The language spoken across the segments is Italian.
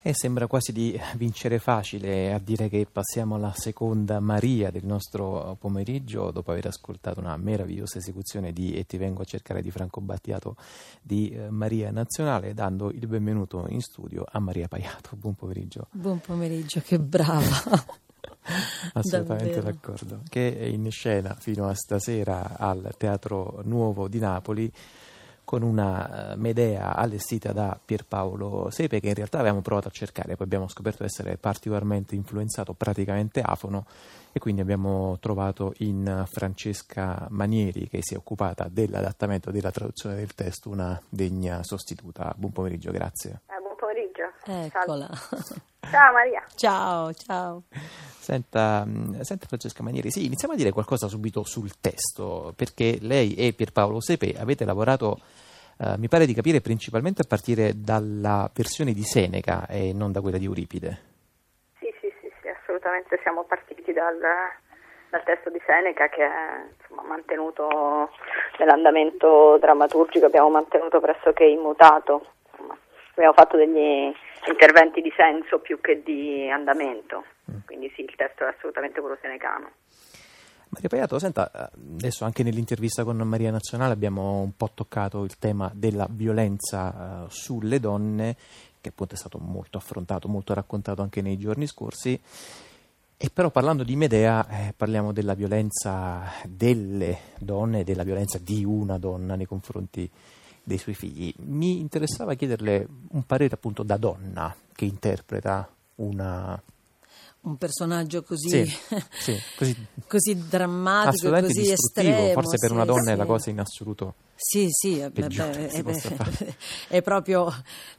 E sembra quasi di vincere facile a dire che passiamo alla seconda Maria del nostro pomeriggio, dopo aver ascoltato una meravigliosa esecuzione di E ti vengo a cercare di Franco Battiato di Maria Nazionale, dando il benvenuto in studio a Maria Paiato. Buon pomeriggio. Buon pomeriggio, che brava. Assolutamente Davvero. d'accordo. Che è in scena fino a stasera al Teatro Nuovo di Napoli, con una Medea allestita da Pierpaolo Sepe, che in realtà avevamo provato a cercare, poi abbiamo scoperto essere particolarmente influenzato, praticamente afono, e quindi abbiamo trovato in Francesca Manieri, che si è occupata dell'adattamento e della traduzione del testo, una degna sostituta. Buon pomeriggio, grazie. Buon pomeriggio. Eccola. Ciao Maria. Ciao. Senta Francesca Manieri, sì, iniziamo a dire qualcosa subito sul testo, perché lei e Pierpaolo Sepe avete lavorato, mi pare di capire, principalmente a partire dalla versione di Seneca e non da quella di Euripide. Sì, assolutamente siamo partiti dal testo di Seneca, che è mantenuto nell'andamento drammaturgico, abbiamo mantenuto pressoché immutato. Abbiamo fatto degli interventi di senso più che di andamento, quindi sì, il testo è assolutamente quello senecano. Maria Paiato, senta, adesso anche nell'intervista con Maria Nazionale abbiamo un po' toccato il tema della violenza sulle donne, che appunto è stato molto affrontato, molto raccontato anche nei giorni scorsi, e però parlando di Medea parliamo della violenza delle donne, della violenza di una donna nei confronti dei suoi figli. Mi interessava chiederle un parere appunto da donna che interpreta un personaggio così, sì, così drammatico, assolutamente così distruttivo, estremo. forse per una donna sì. è la cosa in assoluto. Sì, peggiore che si possa fare. è proprio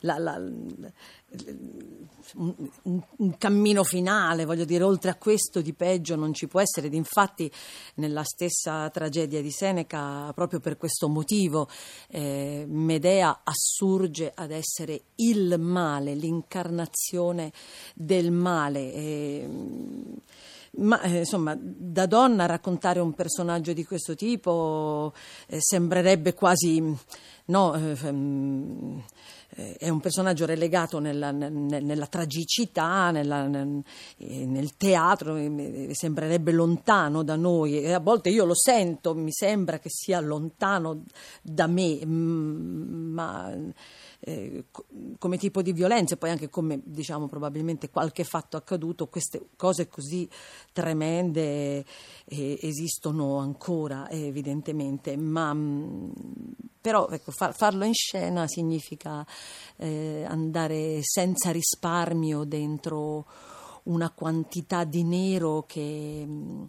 un cammino finale, voglio dire, oltre a questo di peggio non ci può essere. Ed infatti nella stessa tragedia di Seneca, proprio per questo motivo, Medea assurge ad essere il male, l'incarnazione del male. Ma insomma, da donna raccontare un personaggio di questo tipo sembrerebbe quasi è un personaggio relegato nella tragicità, nel teatro, sembrerebbe lontano da noi, e a volte io lo sento, mi sembra che sia lontano da me, ma come tipo di violenza, e poi anche come, diciamo, probabilmente qualche fatto accaduto, queste cose così tremende esistono ancora, evidentemente, ma però ecco, farlo in scena significa andare senza risparmio dentro una quantità di nero che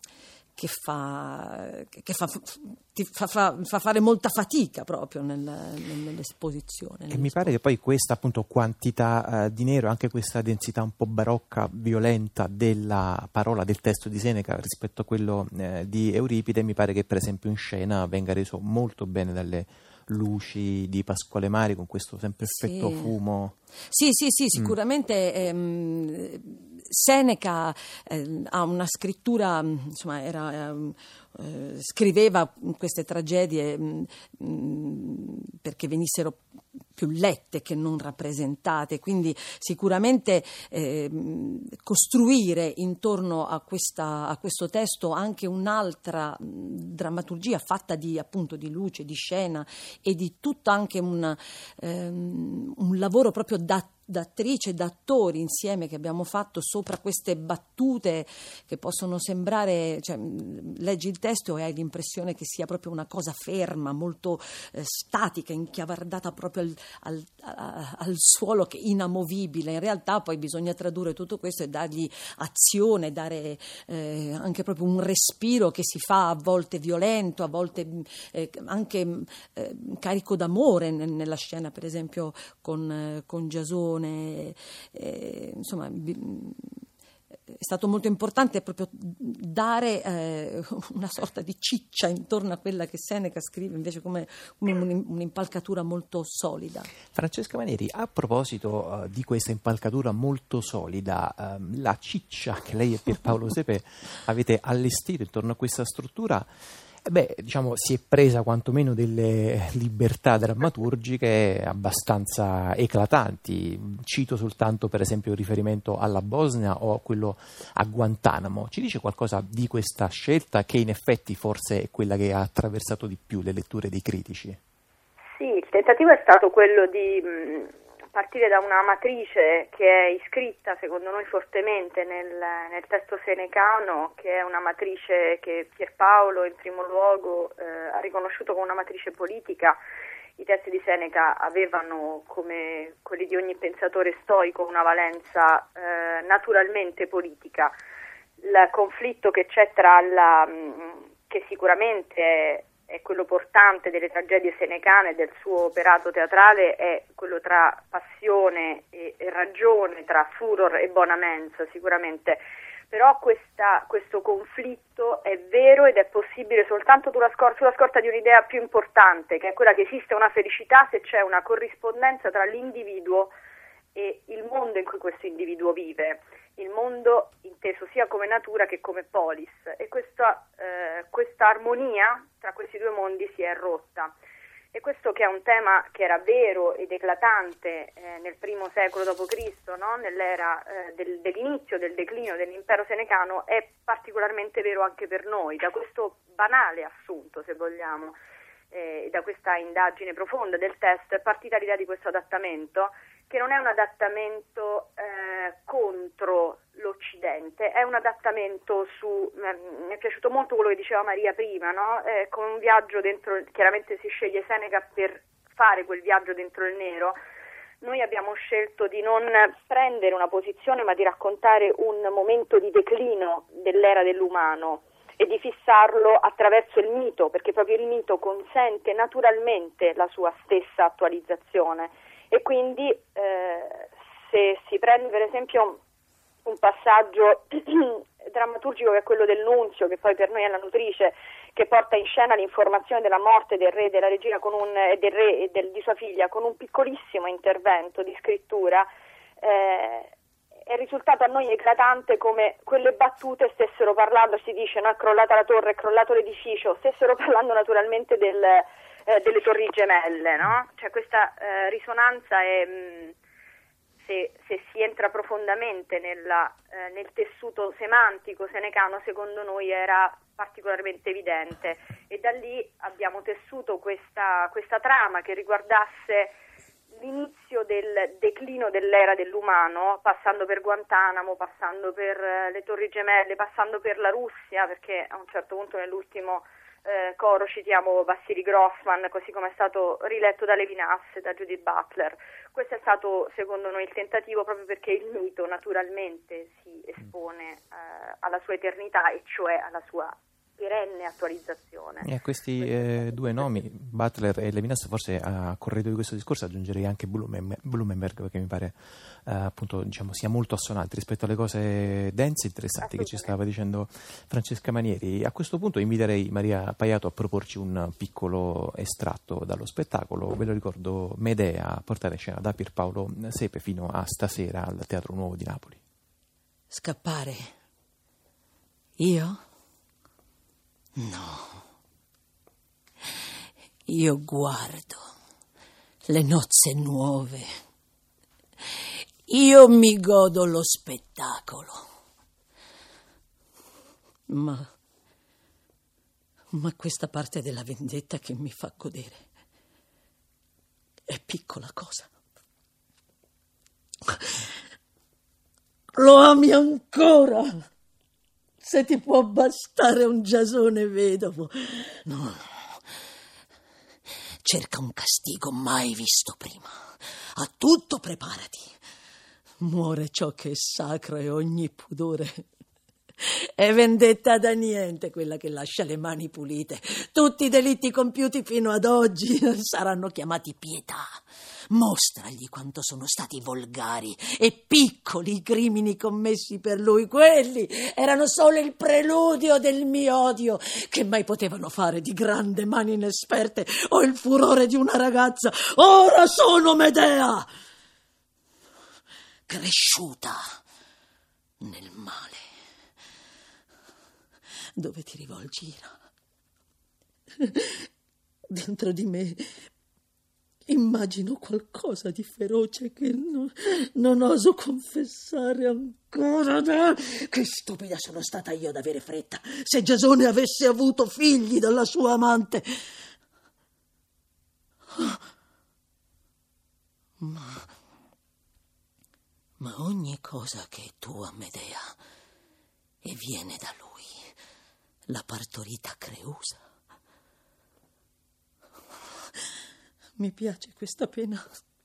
ti fa fare molta fatica proprio nell'esposizione. E mi pare che poi questa appunto quantità di nero, anche questa densità un po' barocca, violenta della parola del testo di Seneca rispetto a quello di Euripide, mi pare che per esempio in scena venga reso molto bene dalle luci di Pasquale Mari, con questo sempre effetto fumo. Sì, sicuramente Seneca ha una scrittura, insomma, scriveva queste tragedie perché venissero più lette che non rappresentate, quindi sicuramente costruire intorno a questo testo anche un'altra drammaturgia fatta appunto di luce, di scena e di tutto anche un lavoro proprio d'attrice e d'attori insieme che abbiamo fatto sopra queste battute che possono sembrare, cioè, leggi il testo e hai l'impressione che sia proprio una cosa ferma, molto statica, inchiavardata proprio al suolo, che inamovibile. In realtà poi bisogna tradurre tutto questo e dargli azione, dare anche proprio un respiro che si fa a volte violento, a volte anche carico d'amore nella scena, per esempio con Giasone. Insomma, è stato molto importante proprio dare una sorta di ciccia intorno a quella che Seneca scrive invece come un'impalcatura molto solida. Francesca Manieri, a proposito di questa impalcatura molto solida, la ciccia che lei e Pierpaolo Sepe avete allestito intorno a questa struttura Diciamo, si è presa quantomeno delle libertà drammaturgiche abbastanza eclatanti. Cito soltanto, per esempio, il riferimento alla Bosnia o quello a Guantanamo. Ci dice qualcosa di questa scelta, che in effetti forse è quella che ha attraversato di più le letture dei critici? Sì, il tentativo è stato quello di partire da una matrice che è iscritta secondo noi fortemente nel testo senecano, che è una matrice che Pierpaolo in primo luogo ha riconosciuto come una matrice politica. I testi di Seneca avevano, come quelli di ogni pensatore stoico, una valenza naturalmente politica. Il conflitto che c'è che sicuramente è quello portante delle tragedie senecane, del suo operato teatrale, è quello tra passione e ragione, tra furor e bona mensa sicuramente, però questo conflitto è vero ed è possibile soltanto sulla scorta di un'idea più importante, che è quella che esiste una felicità se c'è una corrispondenza tra l'individuo e il mondo in cui questo individuo vive, il mondo inteso sia come natura che come polis, e questa armonia tra questi due mondi si è rotta. E questo, che è un tema che era vero ed eclatante nel primo secolo d.C., no? Nell'era dell'inizio del declino dell'impero senecano, è particolarmente vero anche per noi, da questo banale assunto, se vogliamo, da questa indagine profonda del testo è partita l'idea di questo adattamento, che non è un adattamento contro l'Occidente, è un adattamento mi è piaciuto molto quello che diceva Maria prima, no? Con un viaggio dentro, chiaramente si sceglie Seneca per fare quel viaggio dentro il nero. Noi abbiamo scelto di non prendere una posizione, ma di raccontare un momento di declino dell'era dell'umano e di fissarlo attraverso il mito, perché proprio il mito consente naturalmente la sua stessa attualizzazione. E quindi se si prende per esempio un passaggio drammaturgico che è quello del Nunzio, che poi per noi è la nutrice, che porta in scena l'informazione della morte del re e della regina di sua figlia con un piccolissimo intervento di scrittura, è risultato a noi eclatante come quelle battute stessero parlando, si dice, no? È crollata la torre, è crollato l'edificio, stessero parlando naturalmente delle torri gemelle, no? Cioè questa risonanza è, se si entra profondamente nel tessuto semantico senecano, secondo noi era particolarmente evidente, e da lì abbiamo tessuto questa trama che riguardasse l'inizio del declino dell'era dell'umano, passando per Guantanamo, passando per le Torri Gemelle, passando per la Russia, perché a un certo punto nell'ultimo coro citiamo Vassili Grossman, così come è stato riletto da Levinas e da Judith Butler. Questo è stato secondo noi il tentativo, proprio perché il mito naturalmente si espone alla sua eternità, e cioè alla sua perenne attualizzazione. E a questi due nomi, Butler e Levinas, forse a corredo di questo discorso aggiungerei anche Blumenberg, perché mi pare appunto, diciamo, sia molto assonante rispetto alle cose dense e interessanti che ci stava dicendo Francesca Manieri. A questo punto inviterei Maria Paiato a proporci un piccolo estratto dallo spettacolo. Ve lo ricordo, Medea, portata in scena da Pierpaolo Sepe fino a stasera al Teatro Nuovo di Napoli. Scappare? Io? No, io guardo le nozze nuove, io mi godo lo spettacolo, ma questa parte della vendetta che mi fa godere è piccola cosa. Lo ami ancora? Se ti può bastare un Giasone vedovo. No. Cerca un castigo mai visto prima. A tutto preparati. Muore ciò che è sacro e ogni pudore è vendetta da niente quella che lascia le mani pulite. Tutti i delitti compiuti fino ad oggi saranno chiamati pietà. Mostragli quanto sono stati volgari e piccoli i crimini commessi per lui. Quelli erano solo il preludio del mio odio, che mai potevano fare di grande mani inesperte o il furore di una ragazza. Ora sono Medea, cresciuta nel male. Dove ti rivolgi, Ira? Dentro di me immagino qualcosa di feroce che non oso confessare ancora. Che stupida sono stata io ad avere fretta. Se Giasone avesse avuto figli dalla sua amante. Ma ogni cosa che è tua, Medea, e viene da lui, la partorita Creusa. Mi piace questa pena,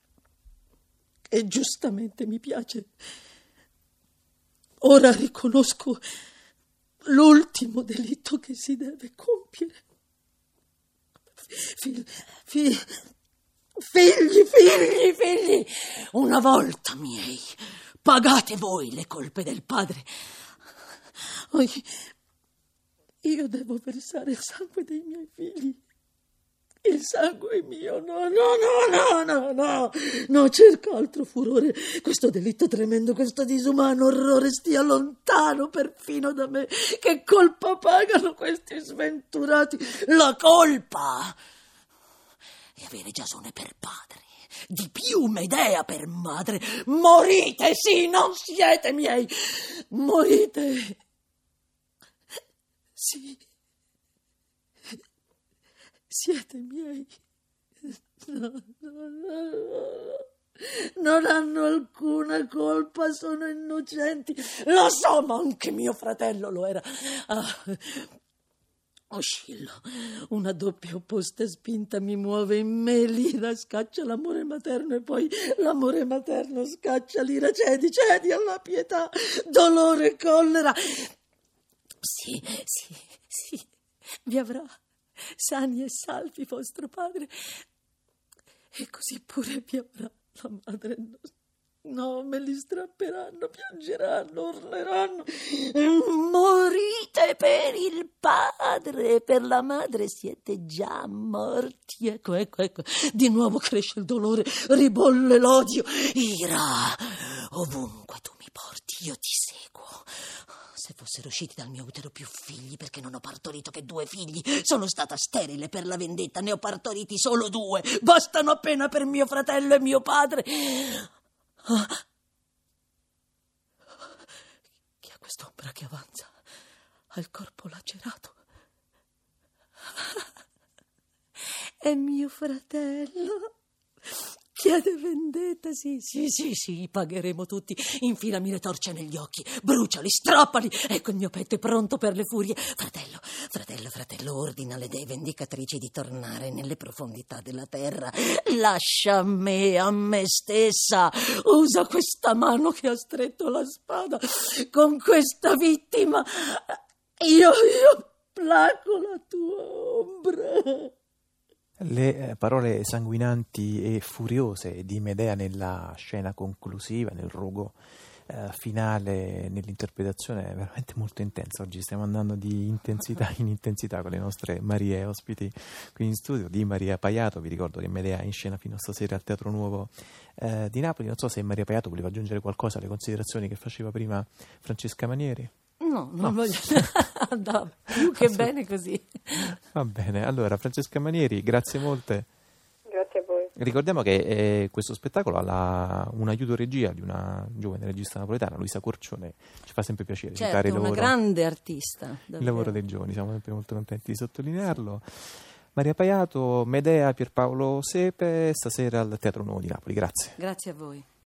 e giustamente mi piace. Ora riconosco l'ultimo delitto che si deve compiere. Figli, una volta miei, pagate voi le colpe del padre. Io devo versare il sangue dei miei figli. Il sangue mio, no, cerca altro furore. Questo delitto tremendo, questo disumano orrore stia lontano perfino da me. Che colpa pagano questi sventurati? La colpa è avere Giasone per padre, di più Medea per madre. Morite, sì, non siete miei, morite, sì. Siete miei. No. Non hanno alcuna colpa, sono innocenti. Lo so, ma anche mio fratello lo era. Oscillo, una doppia opposta spinta mi muove in me. L'ira scaccia l'amore materno e poi l'amore materno scaccia l'ira. Cedi alla pietà, dolore, collera. Sì, vi avrà sani e salvi vostro padre, e così pure vi avrà la madre. No, me li strapperanno, piangeranno, urleranno. Morite per il padre, per la madre siete già morti. Ecco, di nuovo cresce il dolore, ribolle l'odio, ira. Ovunque tu mi porti, io ti seguo. Se fossero usciti dal mio utero più figli, perché non ho partorito che 2 figli, sono stata sterile per la vendetta, ne ho partoriti solo 2, bastano appena per mio fratello e mio padre. Chi è quest'ombra che avanza? Ha il corpo lacerato. È mio fratello. Chiede vendetta, sì, pagheremo tutti. Infilami le torce negli occhi, bruciali, strappali. Ecco il mio petto è pronto per le furie. Fratello, ordina alle dei vendicatrici di tornare nelle profondità della terra. Lascia a me stessa. Usa questa mano che ha stretto la spada. Con questa vittima io placo la tua ombra. Le parole sanguinanti e furiose di Medea nella scena conclusiva, nel rogo finale, nell'interpretazione è veramente molto intensa. Oggi stiamo andando di intensità in intensità con le nostre Marie ospiti qui in studio. Di Maria Paiato, vi ricordo che Medea è in scena fino a stasera al Teatro Nuovo di Napoli. Non so se Maria Paiato voleva aggiungere qualcosa alle considerazioni che faceva prima Francesca Manieri. No, non voglio. No, più che bene così. Va bene, allora Francesca Manieri, grazie molte. Grazie a voi. Ricordiamo che questo spettacolo ha un aiuto regia di una giovane regista napoletana, Luisa Corcione. Ci fa sempre piacere citare il lavoro, una grande artista, davvero. Il lavoro dei giovani, siamo sempre molto contenti di sottolinearlo. Maria Paiato, Medea, Pierpaolo Sepe, stasera al Teatro Nuovo di Napoli. Grazie. Grazie a voi.